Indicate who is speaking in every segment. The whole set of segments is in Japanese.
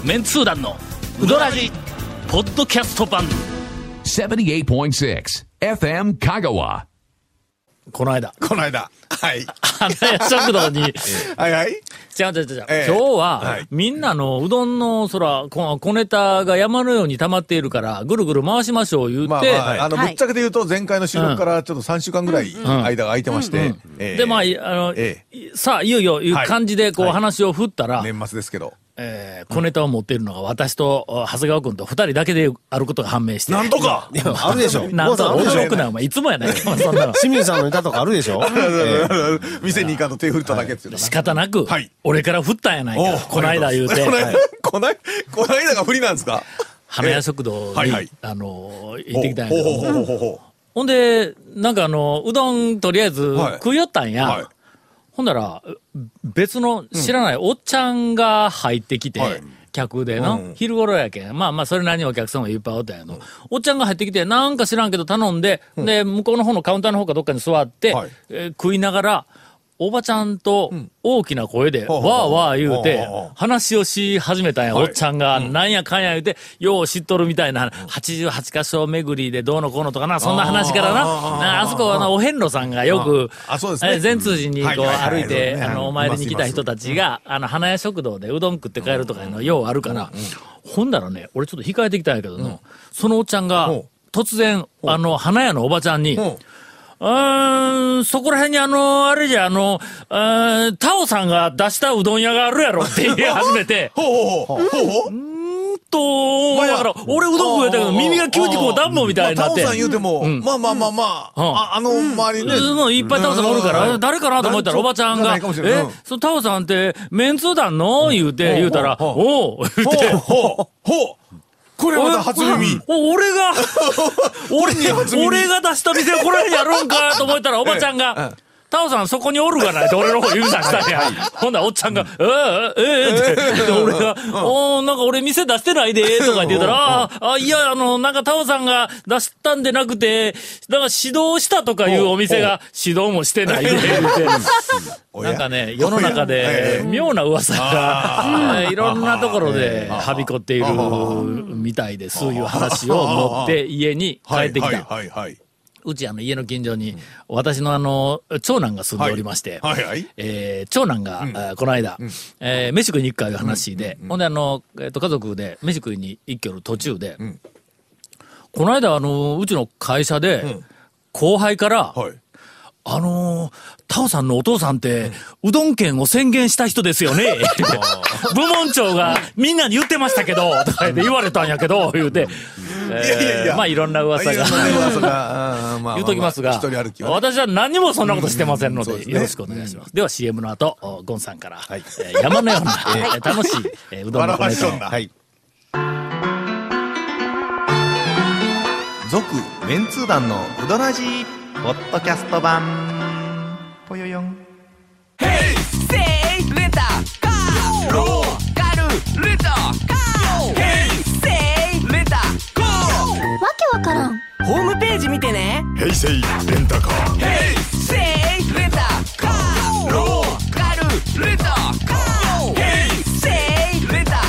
Speaker 1: メンツー団のウドラジポッドキャスト版
Speaker 2: 78.6 FM 香川。
Speaker 1: この間
Speaker 3: はい。
Speaker 1: 花屋食堂に
Speaker 3: はいはい。
Speaker 1: 違う、今日は、
Speaker 3: はい、
Speaker 1: みんなのうどんの小ネタが山のように溜まっているからぐるぐる回しましょう言って、
Speaker 3: ぶっちゃけて言うと前回の収録からちょっと3週間ぐらい間が空いてまして、
Speaker 1: でさあいよいよいう感じでこう話を振ったら、
Speaker 3: 年末ですけど、
Speaker 1: 小ネタを持っているのが私と長谷川君と2人だけであることが判明して、
Speaker 3: なんとか
Speaker 4: あるでしょ。
Speaker 1: なんとか面白くない、お前いつもやないかそんなの。
Speaker 4: 清水さんのネタとかあるでしょ。
Speaker 3: 店に行かんと手振っただけっていうの
Speaker 1: 仕方なく、俺から振ったんやないか、この間言うて。
Speaker 3: この間が振りなんですか。
Speaker 1: 花屋食堂に、行ってきたんやけど、ほんでなんかうどんとりあえず食いよったんや、ほんなら別の知らないおっちゃんが入ってきて、客での、昼頃やけん、まあそれなりにお客さんもいっぱいおったんやの、おっちゃんが入ってきてなんか知らんけど頼んで、で向こうの方のカウンターの方かどっかに座って、食いながらおばちゃんと大きな声でわーわー言うて話をし始めたんや、おっちゃんがなんやかんや言うて、よう知っとるみたいな88箇所巡りでどうのこうのとかな、そんな話からな、あそこはお遍路さんがよく善通寺にこう歩いてお参りに来た人たちが花屋食堂でうどん食って帰るとかいうのようあるから、ほんならね、俺ちょっと控えてきたんやけどの、そのおっちゃんが突然花屋のおばちゃんにそこら辺にあれじゃタオさんが出したうどん屋があるやろって言い始めてだから俺うどん食えたけど耳が急にこうダンボみたいになって、
Speaker 3: タオさん言うても、まあ周りね、
Speaker 1: いっぱいタオさんがおるから、誰かなと思ったらおばちゃんが、そのタオさんってメンツー団の言うたら、おう言うて、
Speaker 3: これはまた初耳。
Speaker 1: 俺が出した店をこれやるんかと思ったら、おばちゃんが、タオさんそこにおるがないって俺の方指さしたんや。ほんならおっちゃんが、って、俺が、なんか俺店出してないで、とか言ってたら、いや、なんかタオさんが出したんでなくて、なんか指導したとかいうお店が指導もしてないで、言って。なんかね、世の中で妙な噂がいろんなところではびこっているみたいで、そういう話を持って家に帰ってきた。うち家の近所に私の長男が住んでおりまして、長男がこの間飯食いに行くかいう話で、ほんで家族で飯食いに行きよる途中で、この間うちの会社で後輩からタオさんのお父さんって、うどん県を宣言した人ですよね。部門長がみんなに言ってましたけど、とか言われたんやけど、言うて。まあいろんな噂が。言うときますが、私は何もそんなことしてませんので、よろしくお願いします。では CM の後、ゴンさんから、山のような楽しいうどんのコネタを。
Speaker 5: 続メンツー団のうどらじポッドキャスト版ぽよよん。
Speaker 6: ヘイセイレンタカーローカルレンタカーヘイセイレンタカーわ
Speaker 7: けわからん。
Speaker 6: ホームページ見てね。
Speaker 8: ヘイセイレンタカー
Speaker 6: ヘイセイレンタカーローカルレンタカーヘイセイレンタカー。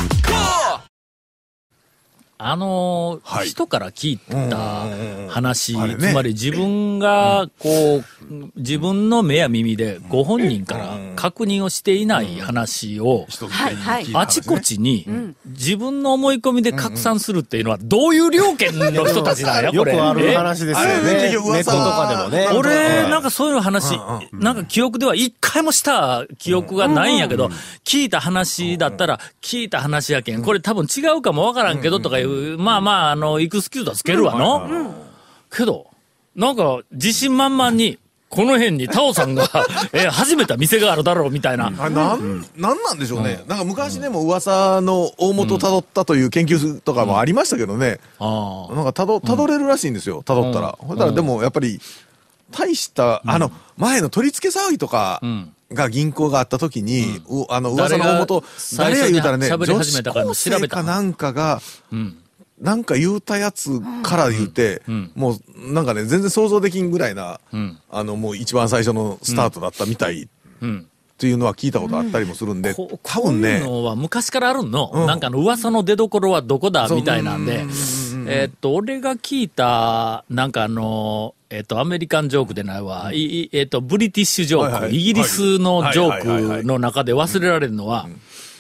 Speaker 1: 人から聞いた話、つまり自分が自分の目や耳でご本人から確認をしていない話をあちこちに自分の思い込みで拡散するっていうのはどういう了見の人たちなんやこれ。
Speaker 4: よくある話ですよね。ネットとかでもね。
Speaker 1: 俺なんかそういう話なんか記憶では一回もした記憶がないんやけど、聞いた話だったら聞いた話やけんこれ多分違うかもわからんけどとかいう、まあエクスキューズはつけるわの、けどなんか自信満々にこの辺にタオさんが始めた店があるだろうみたいな。
Speaker 3: なんなんでしょうね。なんか昔でも噂の大元を辿ったという研究とかもありましたけどね。なんか辿れるらしいんですよ。辿ったら。ほんだらでもやっぱり大した前の取り付け騒ぎとかが銀行があった時に噂の大元誰や言うたらね、女子高生かなんかがなんか言うたやつから言うて、もうなんかね全然想像できんぐらいな、もう一番最初のスタートだったみたいっていうのは聞いたことあったりもするんで、多分ね。
Speaker 1: こういうのは昔からあるの、なんか噂の出所はどこだみたいなんで、俺が聞いた、なんかアメリカンジョークでないわ、ブリティッシュジョーク、イギリスのジョークの中で忘れられるのは、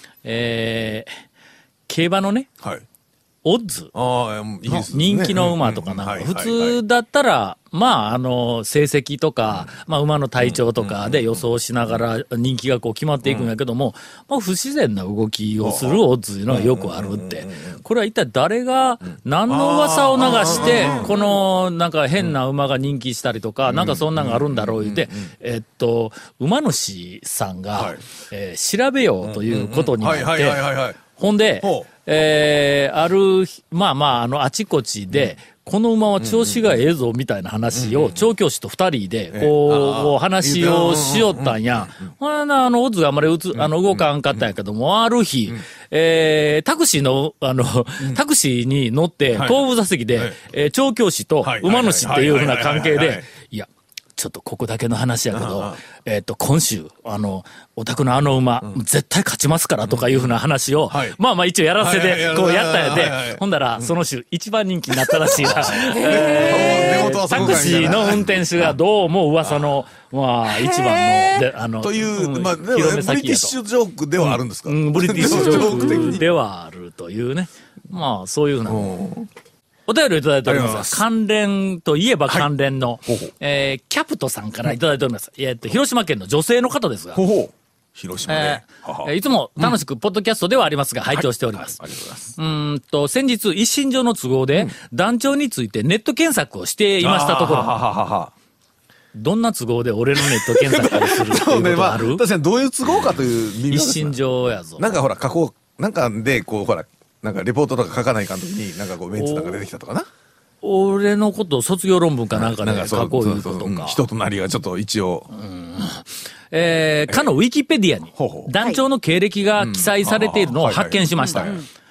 Speaker 1: 競馬のね、オッズ人気の馬とかなんか、普通だったら、まあ、成績とか、まあ、馬の体調とかで予想しながら人気がこう決まっていくんだけども、まあ、不自然な動きをするオッズというのがよくあるって。これは一体誰が何の噂を流して、このなんか変な馬が人気したりとか、なんかそんなのがあるんだろう言って、馬主さんが、調べようということになって、ほんで、ある、まあ、あちこちで、この馬は調子がええぞみたいな話を調教師と二人でこう話をしよったんや。オッズがあまり動かんかったんやけども、ある日、タクシーに乗って後部座席で、調教師と馬主っていうふうな関係で、いや、ちょっとここだけの話やけど、今週、お宅の馬、絶対勝ちますからとかいうふうな話を、まあ一応やらせて、こうやったんやで、ほんだら、その週一番人気になったらしいな。タクシーの運転手がどうも噂の、まあ一番の、
Speaker 3: という、まあ、ブリティッシュジョークではあるんですか？
Speaker 1: ブリティッシュジョークではあるというね。まあそういうふうな。お便りをいただいております。関連といえば関連の、キャプトさんからいただいております。広島県の女性の方ですが。
Speaker 3: 広島ね。
Speaker 1: いつも楽しくポッドキャストではありますが、拝聴しております。
Speaker 3: ありがとうございます。
Speaker 1: 先日一身上の都合で、団長についてネット検索をしていましたところ、どんな都合で俺のネット検索をするっていうことある？
Speaker 3: 確かにどういう都合かという
Speaker 1: 一身上やぞ。
Speaker 3: なんかほら、なんかで、こう、ほら、なんかレポートとか書かないかんときに、なんかこうメンツなんか出てきたとかな。
Speaker 1: 俺のことを卒業論文かなんかで書こういうことか。
Speaker 3: 人となりがちょっと一応。
Speaker 1: かのウィキペディアに団長の経歴が記載されているのを発見しました。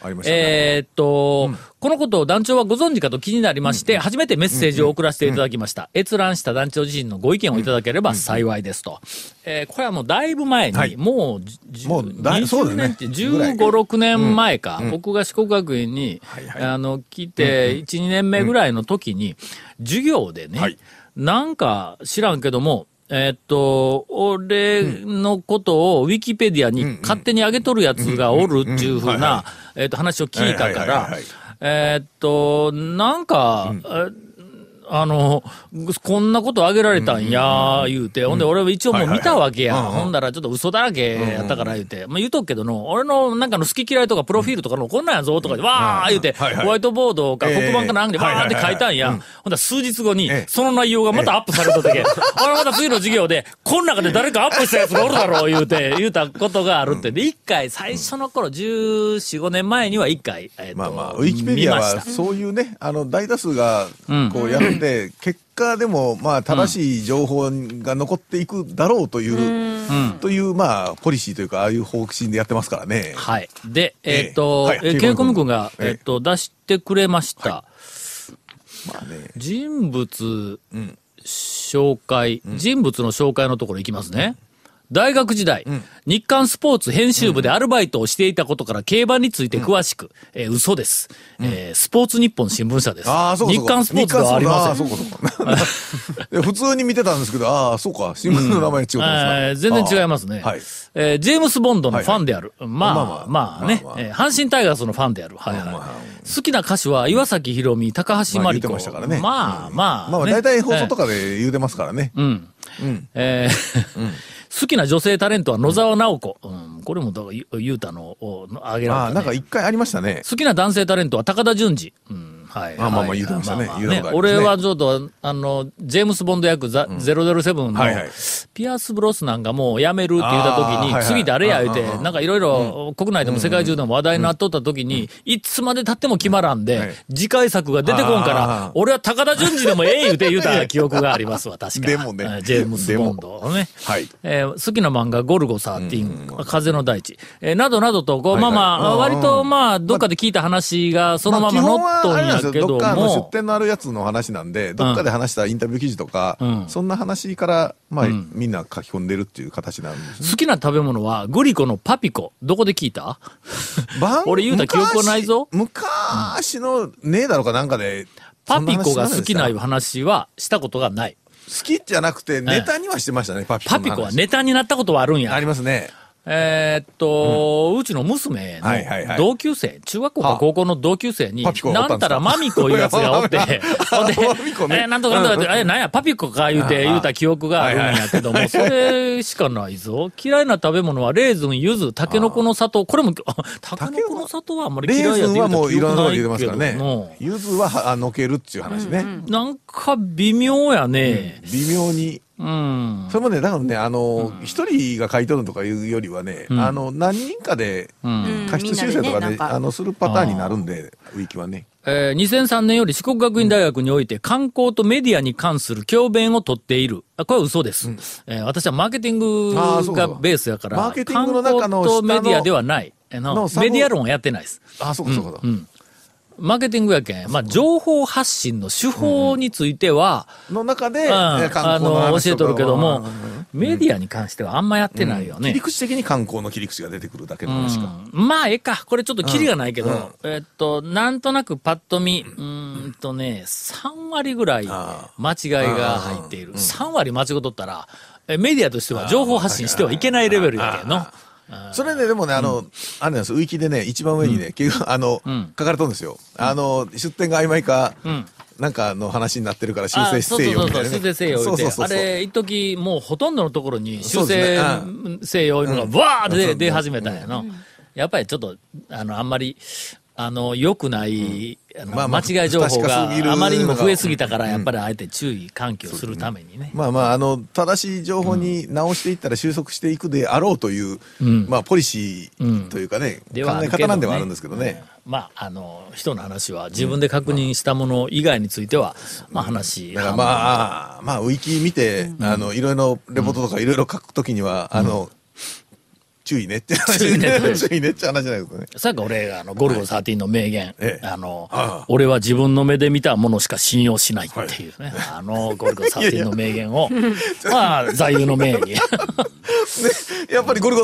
Speaker 1: このことを団長はご存知かと気になりまして、初めてメッセージを送らせていただきました。閲覧した団長自身のご意見をいただければ幸いですと。これはもうだいぶ前に、もう20年って15、6年前か、僕が四国学院に、来て1、2年目ぐらいの時に、授業でね、なんか知らんけども、俺のことをウィキペディアに勝手に上げとるやつがおるっていうふうな、話を聞いたから、なんか、こんなことあげられたんや、言うて、ほんで俺は一応もう見たわけや。ほんだらちょっと嘘だらけやったから言うて、まあ言うとくけどの、俺のなんかの好き嫌いとかプロフィールとかのこんなんやぞとかで、わー言うて、ホワイトボードか黒板かなんかでわーって書いたんや。ほんだら数日後に、その内容がまたアップされた時、俺また次の授業で、こん中で誰かアップしたやつがおるだろう言うて、言うたことがあるって。で、一回、最初の頃、14、5年前には一回、
Speaker 3: まあまあ、ウィキペディアはそういうね、大多数が、こうやって、結果でも、まあ、正しい情報が残っていくだろうという、まあ、ポリシーというか、ああいう方針でやってますからね。
Speaker 1: はい。で、ケイコミ君が、出してくれました。まあね、人物紹介、人物の紹介のところいきますね。大学時代、日刊スポーツ編集部でアルバイトをしていたことから競馬について詳しく、嘘です。スポーツ日本新聞社です。日刊スポーツではありません。
Speaker 3: 普通に見てたんですけど、そうか、新聞の名前違ってますね。
Speaker 1: 全然違いますね。ジェームス・ボンドのファンである。まあね、阪神タイガースのファンである。好きな歌手は岩崎宏美、高橋真理子。まあ、
Speaker 3: 大体放送とかで言うてますからね。
Speaker 1: 好きな女性タレントは野沢直子。これも言うたのをあげられた、ね。
Speaker 3: なんか一回ありましたね。
Speaker 1: 好きな男性タレントは高田純次。
Speaker 3: 言うてましたね。
Speaker 1: 俺はちょっと、ジェームス・ボンド役007の、ピアース・ブロスなんかもう辞めるって言った時に、次誰や言うて、なんかいろいろ国内でも世界中でも話題になっとった時に、いつまで経っても決まらんで、次回作が出てこんから、俺は高田純次でもええ言うて言うた記憶がありますわ、確か。
Speaker 3: でもね。
Speaker 1: ジェームス・ボンドね。好きな漫画、ゴルゴ13、風の大地、などなどと、割とどっかで聞いた話がそのまま載っとんや
Speaker 3: ですよ。どっか出店のあるやつの話なんで、どっかで話したインタビュー記事とか、そんな話から、まあ、みんな書き込んでるっていう形なんですね。
Speaker 1: 好きな食べ物は、グリコのパピコ。どこで聞いた俺言うた記憶はないぞ。
Speaker 3: 昔のねえだろうかなんかで。
Speaker 1: パピコが好きな話はしたことがない。
Speaker 3: 好きじゃなくて、ネタにはしてましたね、パピコの話。
Speaker 1: パピコはネタになったことはあるんや。
Speaker 3: ありますね。
Speaker 1: うちの娘の同級生、中学校か高校の同級生に、なんたらマミコいうやつがおって、ほんで、なんとかなんとか、なんや、パピコか言うた記憶があるんやけども、それしかないぞ。嫌いな食べ物は、レーズン、柚子、タケノコの砂糖、これも、タケノコの砂糖はあんまり嫌いやって言うた記憶ないけど。レーズンはもういろんなとこ入れてますから
Speaker 3: ね。柚子はのけるっていう話ね。
Speaker 1: なんか微妙やね。
Speaker 3: 微妙に。それもね、だからね、一人が書いとるとかいうよりはね、何人かで、過失修正とかね、するパターンになるんで、ウィキはね。
Speaker 1: 2003年より四国学院大学において観光とメディアに関する教鞭を取っている。これは嘘です。私はマーケティングがベースやから、観光とメディアではない。メディア論はやってないです。
Speaker 3: そうかそうか。
Speaker 1: マーケティングやけん。まあ、情報発信の手法については、
Speaker 3: の中で、
Speaker 1: 教えとるけども、メディアに関してはあんまやってないよね。
Speaker 3: 切り口的に観光の切り口が出てくるだけの話か。
Speaker 1: まあ、ええか。これちょっとキリがないけど、なんとなくパッと見、3割ぐらい間違いが入っている。3割間違っとったら、メディアとしては情報発信してはいけないレベルやけんの。
Speaker 3: それね、でもね、あれなんです、ウィキでね、一番上にね、書かれとるんですよ。出典が曖昧か、なんかの話になってるから修正せよみたいな。
Speaker 1: 修正せよって。あれ、一時もうほとんどのところに修正せよいうのがブワーって出始めたんやの。やっぱりちょっと、あんまり、良くない、間違い情報があまりにも増えすぎたから、やっぱりあえて注意喚起をするためにね。
Speaker 3: 正しい情報に直していったら収束していくであろうという、ポリシーというかね、考え方なんではあるんですけどね。
Speaker 1: 人の話は自分で確認したもの以外については、話。
Speaker 3: だからウィキ見て、いろいろレポートとかいろいろ書くときには、注意ねって話。注意ねって話じゃないですかね。
Speaker 1: さっき俺、ゴルゴ13の名言。俺は自分の目で見たものしか信用しないっていうね。ゴルゴ13の名言を、座右の銘に。
Speaker 3: やっぱりゴルゴ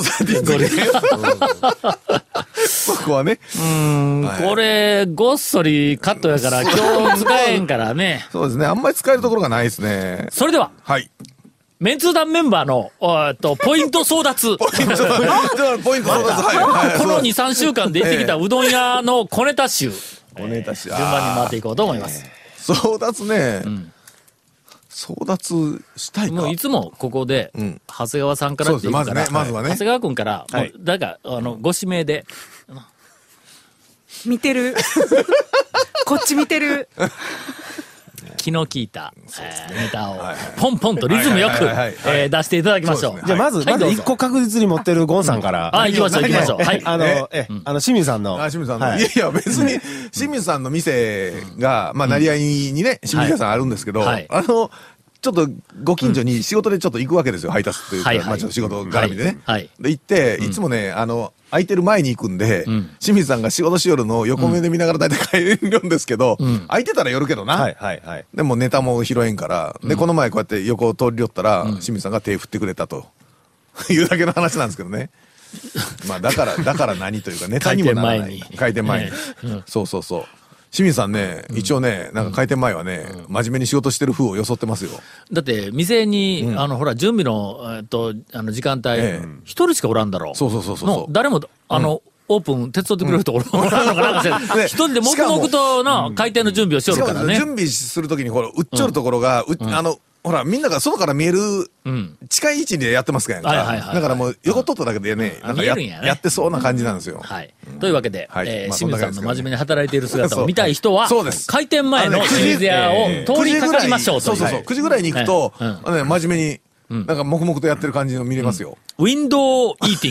Speaker 3: 13。そこはね。
Speaker 1: これ、ごっそりカットやから、今日使えんからね。
Speaker 3: そうですね。あんまり使えるところがないですね。
Speaker 1: それでは。
Speaker 3: はい。
Speaker 1: メンツー団メンバーの、ポイント争奪。
Speaker 3: ポイント争奪。こ
Speaker 1: の2、3週間で行ってきたうどん屋の小ネタ集。
Speaker 3: 小ネタ集。
Speaker 1: 順番に回っていこうと思います。
Speaker 3: 争奪ね。争奪したいか。
Speaker 1: もういつもここで、長谷川さんからって言うから、
Speaker 3: まずはね。
Speaker 1: 長谷川君から、だから、ご指名で。
Speaker 9: 見てる。こっち見てる。
Speaker 1: 気の利いたネタをポンポンとリズムよく出していただきましょう。
Speaker 4: じゃあまず一個確実に持ってるゴンさんから。
Speaker 1: 行きましょう行きましょう。はい。
Speaker 4: 清水さんの。
Speaker 3: 清水さんの。いや別に清水さんの店が成り合いにね清水屋さんあるんですけど、ちょっとご近所に仕事でちょっと行くわけですよ、配達というか、ちょっと仕事絡みでね。で行っていつもね空いてる前に行くんで、清水さんが仕事しよるのを横目で見ながら大体帰るんですけど、空いてたら寄るけどな。でもネタも拾えんから、で、この前こうやって横を通り寄ったら、清水さんが手振ってくれたというだけの話なんですけどね。だから何というか、ネタにもならない。開店前に。そうそうそう。清水さんね、一応ね、なんか開店前はね、真面目に仕事してる風を装ってますよ。
Speaker 1: だって、店に、ほら、準備の、時間帯、一人しかおらんだろう。
Speaker 3: そう。
Speaker 1: 誰も、オープン手伝ってくれる人おらんのかな一人で黙々と開店の準備をしよるからね。
Speaker 3: 準備するときに、ほら、売っちょるところが、ほら、みんなが外から見える、近い位置でやってますからだからもう、横取っただけでね、なんかやってそうな感じなんですよ。
Speaker 1: はい。というわけで、清水さんの真面目に働いている姿を見たい人は、開店前の清水屋を通りかかりましょうと。
Speaker 3: そう。9時ぐらいに行くと、真面目に、なんか黙々とやってる感じの見れますよ。
Speaker 1: ウィンドウイーティング。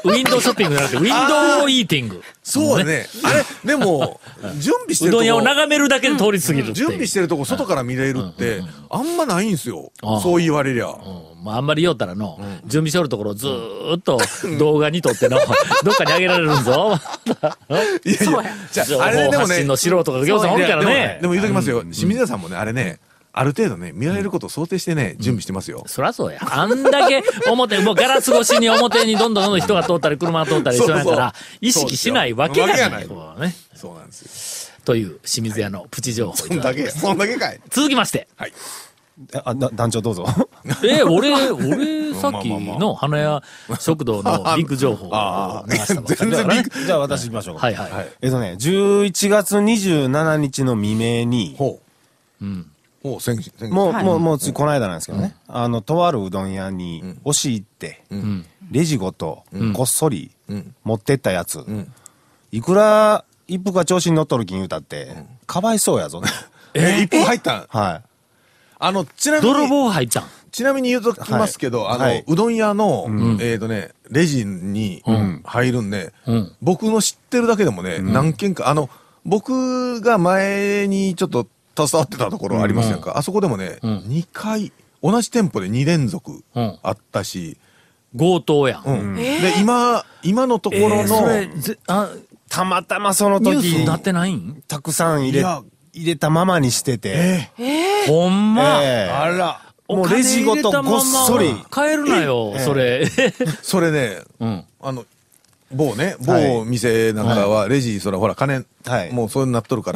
Speaker 1: ウィンドウショッピングじゃなくて、ウィンドウイーティング。
Speaker 3: そうね。あれ、でも、準備してるとこ。
Speaker 1: うどん屋を眺めるだけで通り過ぎるっていう。
Speaker 3: 準備してるとこ外から見れるって、あんまないんすよ。そう言われりゃ。
Speaker 1: まあ、あんまり言おったらの、準備しょるところずーっと動画に撮っての、どっかにあげられるんぞ。
Speaker 3: いやいや、じゃあ、あれでもね。
Speaker 1: の素人が餃子おるからね。
Speaker 3: でも言うときますよ。清水屋さんもね、あれね、ある程度ね、見られることを想定してね、準備してますよ。
Speaker 1: そりゃそうや。あんだけ表、もうガラス越しに表にどんどん人が通ったり、車が通ったり一緒やから、意識しないわけがない。
Speaker 3: そうなんですよ。
Speaker 1: という清水屋のプチ情報。
Speaker 3: そんだけかい。
Speaker 1: 続きまして。
Speaker 3: はい。
Speaker 4: 団長どうぞ。
Speaker 1: 俺、さっきの花屋食堂のビッグ情報を流した
Speaker 3: 全然ビッグ。
Speaker 4: じゃあ私行きましょうか。
Speaker 1: はいはい。
Speaker 4: 11月27日の未明に、もうこの間なんですけどね、とあるうどん屋に押し入って、レジごとこっそり持ってったやつ、いくら一服が調子に乗っとる気に言うたって、かわいそうやぞね。
Speaker 3: 一服入ったん？
Speaker 4: はい。
Speaker 3: ちなみに。
Speaker 1: 泥棒入ったん？
Speaker 3: ちなみに言うときますけど、うどん屋の、レジに入るんで、僕の知ってるだけでもね、何件か、僕が前にちょっと携わってたところありますやんか。あそこでもね、2回、同じ店舗で2連続あったし。
Speaker 1: 強盗やん。
Speaker 3: で、今のところの、
Speaker 4: たまたまその時
Speaker 1: ニュースなってないん？
Speaker 4: たくさん入れたままにしてて。
Speaker 1: ほんま。
Speaker 3: あら。
Speaker 4: もうレジごとごっそり。
Speaker 1: 帰るなよ、それ。
Speaker 3: それね、某店なんかは、レジ、ほら、金、もうそういうになっとるから、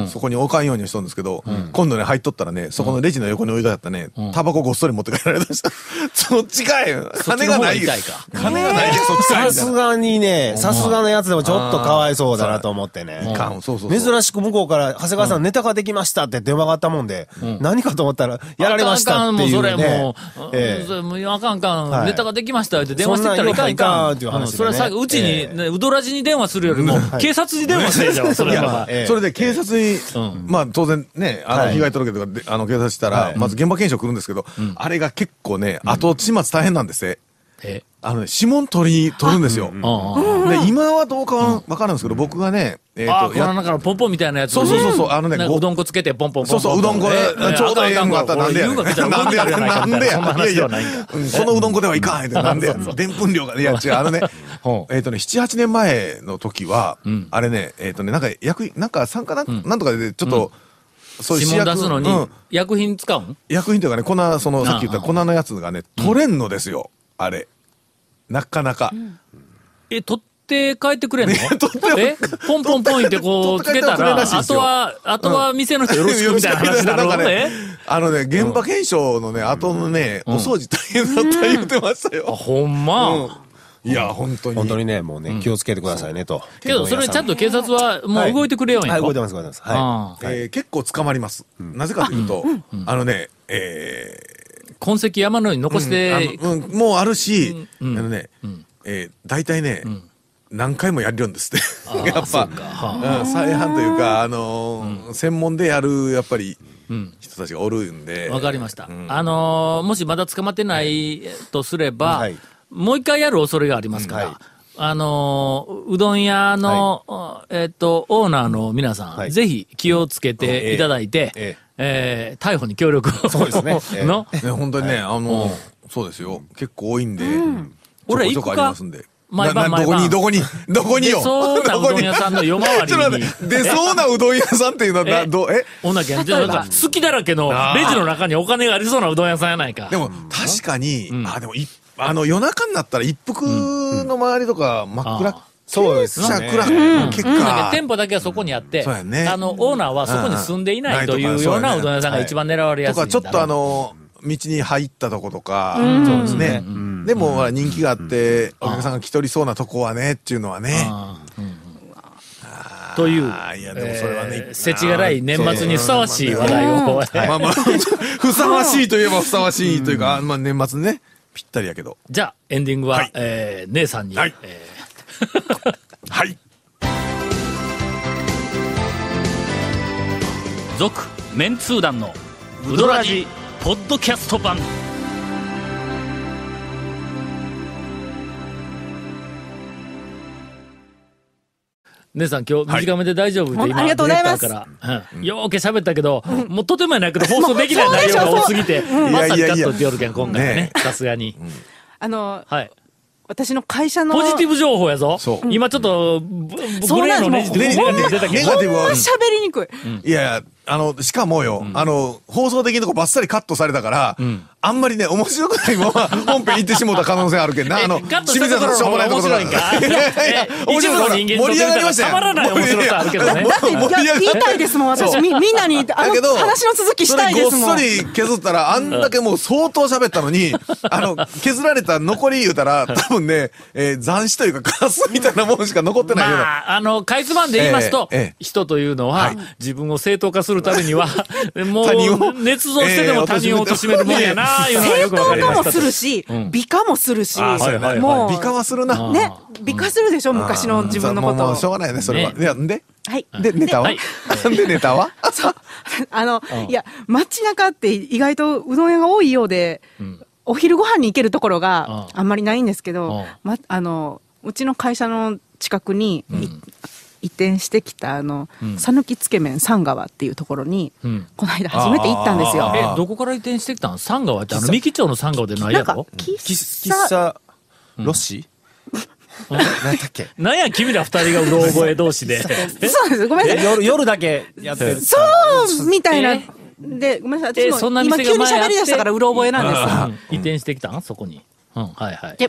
Speaker 3: そこに置かんようにしとるんですけど、今度ね、入っとったらね、そこのレジの横に置いてあったね、タバコごっそり持って帰られました。そっちかい。金がないよ。金がないよ、そっちかい。
Speaker 4: さすがにね、さすがのやつでもちょっとかわいそうだなと思ってね。珍しく向こうから、長谷川さんネタができましたって電話があったもんで、何かと思ったら、やられましたっていうね。
Speaker 1: もうそれもう、あかん、ネタができましたって電話してきたらいかんいかん。それはさ、うちに、うどらじに電話するよりも、警察に電話してんじゃん、それは。
Speaker 3: それで警察に、まあ当然ね、被害届とか警察したら、まず現場検証来るんですけど、あれが結構ね、後始末大変なんですね。指紋取るんですよ。で、今はどうかわかるんですけど、僕がね、
Speaker 1: この中のポンポンみたいなやつ。
Speaker 3: そう。
Speaker 1: うどんこつけてポンポンポン。
Speaker 3: そう、うどんこで、ちょうどええんがあったらなんでや。なんでや。このうどんこではいかん。なんでや。でんぷん量が、いや違う、7、8年前の時は、あれね、なんか参加なんとかで、ちょっと、
Speaker 1: そういう指紋出すのに、薬品使うん？
Speaker 3: 薬品というかね、さっき言った粉のやつがね、取れんのですよ、あれ。なかなか。
Speaker 1: 取って帰ってくれんの？ポンポンポンってこうつけたら、あとは店の人よろしくみたいな話になるのね。
Speaker 3: 現場検証のね、後のね、お掃除大変だった言ってましたよ。
Speaker 1: ほんま。
Speaker 3: いや、本当に。
Speaker 4: 本当にね、もうね、気をつけてくださいねと。
Speaker 1: けど、それちゃんと警察はもう動いてくれよんや。
Speaker 4: 動いてます。はい。
Speaker 3: 結構捕まります。なぜかというと、
Speaker 1: 痕跡山のように残して、
Speaker 3: もうあるし、大体ね、何回もやるんですって。やっぱ、再犯というか、専門でやる、やっぱり、人たちがおるんで。
Speaker 1: わかりました。もしまだ捕まってないとすれば、もう一回やる恐れがありますから、うどん屋の、オーナーの皆さん、ぜひ気をつけていただいて、逮捕に協力を。
Speaker 4: そうですね。
Speaker 3: 本当にね、そうですよ。結構多いんで、
Speaker 1: 俺行くか？毎晩
Speaker 3: どこによ。
Speaker 1: 出そうなうどん屋さんの夜回りに。
Speaker 3: 出そうなうどん屋さんっていうのは、
Speaker 1: 女けん。じゃあ、好きだらけのレジの中にお金がありそうなうどん屋さんやないか。
Speaker 3: でも、確かに、でも、夜中になったら一服の周りとか真っ暗。
Speaker 4: そうですね。
Speaker 3: 結果。
Speaker 1: 店舗だけはそこにあって、オ
Speaker 3: ー
Speaker 1: ナーはそこに住んでいないというようなうどん屋さんが一番狙われやすい。
Speaker 3: とか、ちょっと道に入ったとことか、そうですね。でも、人気があって、お客さんが来とりそうなとこはね、っていうのはね。
Speaker 1: という、世知辛い年末にふさわしい話題を。
Speaker 3: ふさわしいといえばふさわしいというか、年末ね、ぴったりやけど。
Speaker 1: じゃあ、エンディングは、姉さんに。はい。続、メンツー団のウドラジポッドキャスト版。 姉さん今日短めで大丈夫って今
Speaker 9: ありがとうございます
Speaker 1: ディレクターからよーけ喋ったけど、もうとてもやないけど放送できない内容が多すぎて、まさにカットって言おるけん、今回はね、さすがに。はい。
Speaker 9: 私の会社の。
Speaker 1: ポジティブ情報やぞ。今ちょっと、グレーのネジティブ出たけど。
Speaker 3: ネガティブは。
Speaker 9: 喋りにくい。
Speaker 3: いや、しかもよ、放送的なとこバッサリカットされたから、あんまりね、面白くないまま本編行ってしもうた可能性あるけんな。
Speaker 1: カットしたところの方が面白いんか。一部の人間にとってみたらたまらない面白さあるけどね。
Speaker 9: だって、言いたいですもん、私。みんなに、話の続きしたいですもん。
Speaker 3: ごっそり削ったら、あんだけもう相当喋ったのに、削られた残り言うたら、多分ね、残死というか、カスみたいなもんしか残ってないような。
Speaker 1: まあ、かいつまんで言いますと、人というのは、自分を正当化するためには、もう、捏造してでも他人を貶めるもんやな、いうのはよくわかりました。
Speaker 9: 正当化もするし、美化もするし、
Speaker 3: もう、美化はするな。
Speaker 9: ね、美化するでしょ、昔の自分のことを。
Speaker 3: もうしょうがないね、それは。いや、で
Speaker 9: はい。
Speaker 3: で、ネタはで、ネタは
Speaker 9: そう。いや、街中って意外とうどん屋が多いようで、お昼ご飯に行けるところがあんまりないんですけど、うちの会社の近くに移転してきた讃岐つけ麺三川っていうところに、この間初めて行ったんですよ。
Speaker 1: どこから移転してきたん？三川って三木町の三川でないやろ？
Speaker 4: 喫茶ロシ何だっけ？
Speaker 1: なんや君ら二人がうろ覚え同士で。
Speaker 9: そうです。ごめんなさい。
Speaker 4: 夜だけやってる。
Speaker 9: そうみたいな。で、ごめんなさい。私も今急に喋り出したからうろ覚えなんです。
Speaker 1: 移転してきたん？そこに。はいはい。
Speaker 9: で、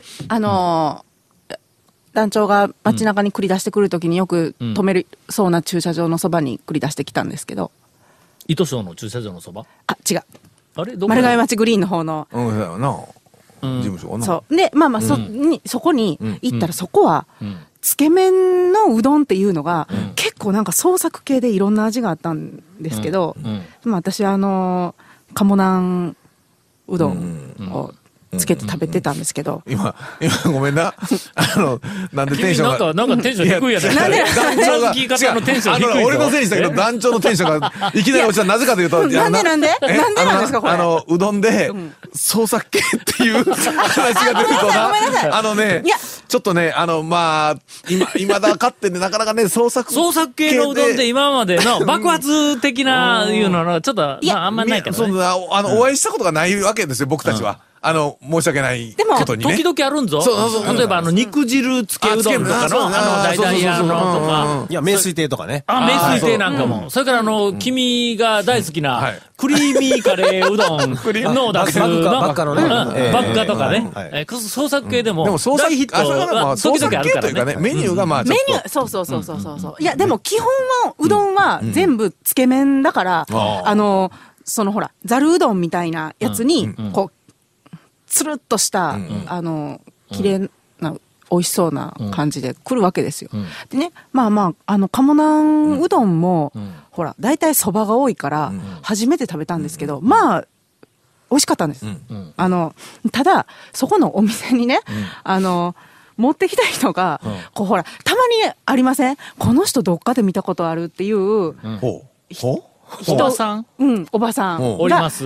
Speaker 9: 団長が街中に繰り出してくるときによく止めるそうな駐車場のそばに繰り出してきたんですけど。
Speaker 1: 糸庄の駐車場のそば？
Speaker 9: あ、違う。
Speaker 1: あれどこ？
Speaker 9: 丸亀町グリーンの方の。
Speaker 3: うんだよな。事務所かな。
Speaker 9: そう。で、まあまあ、そこに行ったらそこは、つけ麺のうどんっていうのが、結構なんか創作系でいろんな味があったんですけど、まあ私鴨南うどんをつけて食べてたんですけど。
Speaker 3: 今ごめんな。なんでテンションが。
Speaker 1: なんかテンション低いやつ。
Speaker 9: なんで
Speaker 1: 団長が聞き方のテンション低いぞ。
Speaker 3: 俺のせいにしたけど、団長のテンションがいきなり落ちた。なぜかというと、
Speaker 9: なんでなんですか、これ。
Speaker 3: うどんで、創作系っていう話が出るとな。
Speaker 9: ごめんなさい。
Speaker 3: ちょっとね、まあ、今だかってね、なかなかね、創作
Speaker 1: 系のうどんで今までの爆発的ないうのは、ちょっと、まあ、あんまりないけどね。
Speaker 3: お会いしたことがないわけですよ、僕たちは。申し訳ないことにね。
Speaker 1: 時々あるんぞ。例えば、肉汁つけうどんとかの、大々屋のとか。
Speaker 4: いや、名水亭とかね。
Speaker 1: 名水亭なんかも。それから、君が大好きな、クリーミーカレーうどんの出すの。
Speaker 4: バッカのね。
Speaker 1: バッカとかね。創作系でも、大ヒットは時々あるからね。
Speaker 3: メニューがまあ、
Speaker 9: メニュー、そう。いや、でも基本は、うどんは全部つけ麺だから、そのほら、ざるうどんみたいなやつに、こう、つるっとした、綺麗な、美味しそうな感じで来るわけですよ。でね、まあ、鴨南うどんも、ほら、大体蕎麦が多いから、初めて食べたんですけど、まあ、美味しかったんです。ただ、そこのお店にね、持ってきた人が、こうほら、たまにありません？この人どっかで見たことあるっていう、
Speaker 1: おばさん？
Speaker 9: おばさん。
Speaker 1: おります。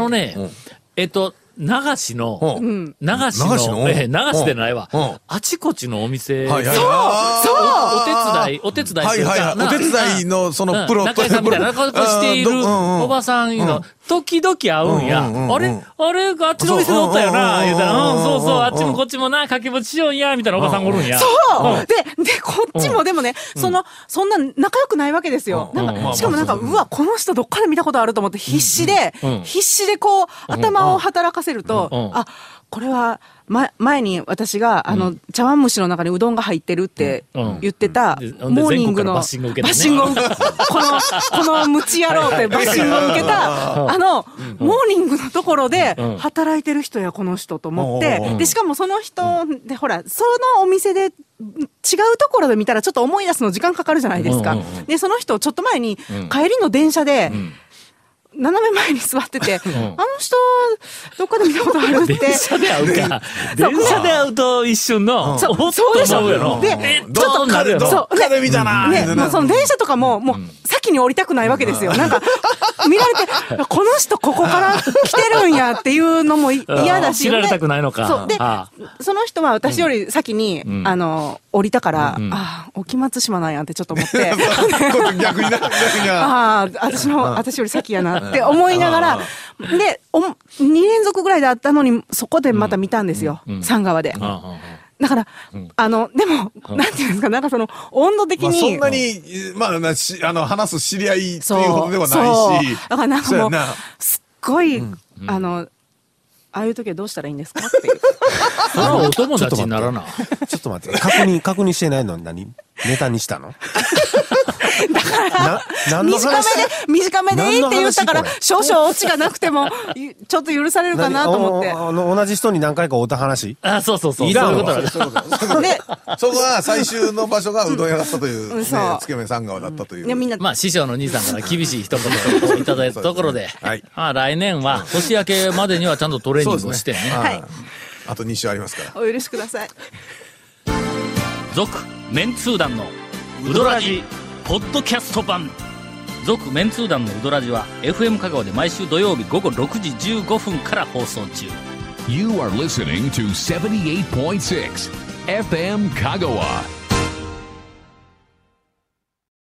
Speaker 1: 流しでないわ。あちこちのお店。
Speaker 9: そう
Speaker 1: お手伝い
Speaker 3: はいはい。お手伝いのそのプロ
Speaker 1: 中井さんみたいな顔しているおばさんいうの、時々会うんや。あれあっちの店でおったよな。言うたら、そう、あっちもこっちもな、掛け持ちしようんや、みたいなおばさんおるんや。
Speaker 9: そうで、こっちもでもね、そんな仲良くないわけですよ。しかもうわ、この人どっかで見たことあると思って必死でこう、頭を働かせると、これは、前に私が、茶碗蒸しの中にうどんが入ってるって言ってた、モーニングのバッシングを受けた、このムチ野郎ってバッシングを受けた、モーニングのところで働いてる人や、この人と思って、で、しかもその人で、ほら、そのお店で、違うところで見たらちょっと思い出すの時間かかるじゃないですか。で、その人、ちょっと前に帰りの電車で、 斜め前に座ってて、あの人、どっかで見たことあるって。
Speaker 1: 電車で会うか。電車で会うと一瞬の、
Speaker 9: そうでしょ。
Speaker 1: で、ちょっとなるよ。
Speaker 3: どっかで見たな。
Speaker 9: ね、もうその電車とかも、もう先に降りたくないわけですよ。なんか、見られて、この人ここから来てるんやっていうのも嫌だし。
Speaker 1: 知られたくないのか。
Speaker 9: そう。で、その人は私より先に、降りたから、沖松島なんやってちょっと思って。
Speaker 3: 逆にな。
Speaker 9: 私より先やなって思いながら、で、2連続ぐらいであったのに、そこでまた見たんですよ。三川で。だから、でも、なんていうんですか、なんかその、温度的に。
Speaker 3: そんなに、話す知り合いっていうことではないし。
Speaker 9: だからなんかもう、すっごい、ああいう時はどうしたらいいんですかっていう。
Speaker 1: それはお友達にならな。
Speaker 4: ちょっと待って、確認してないのに何ネタにしたの？
Speaker 9: だから、短めでいいって言ったから、少々オチがなくても、ちょっと許されるかなと思って。
Speaker 4: 同じ人に何回か会った話？
Speaker 1: そう。
Speaker 4: いらんわ。
Speaker 3: そこが最終の場所がうどん屋だったという、つけ麺三川だったという。
Speaker 1: まあ、師匠の兄さんから厳しい一言をいただいたところで、来年は年明けまでにはちゃんとトレーニングをしてね。
Speaker 3: あと2週ありますから。
Speaker 9: お許しください。
Speaker 1: 続メンツー団のウドラジポッドキャスト版。続メンツー団のウドラジは FM 香川で毎週土曜日午後6時15分から放送中。
Speaker 2: You are listening to 78.6 FM 香川。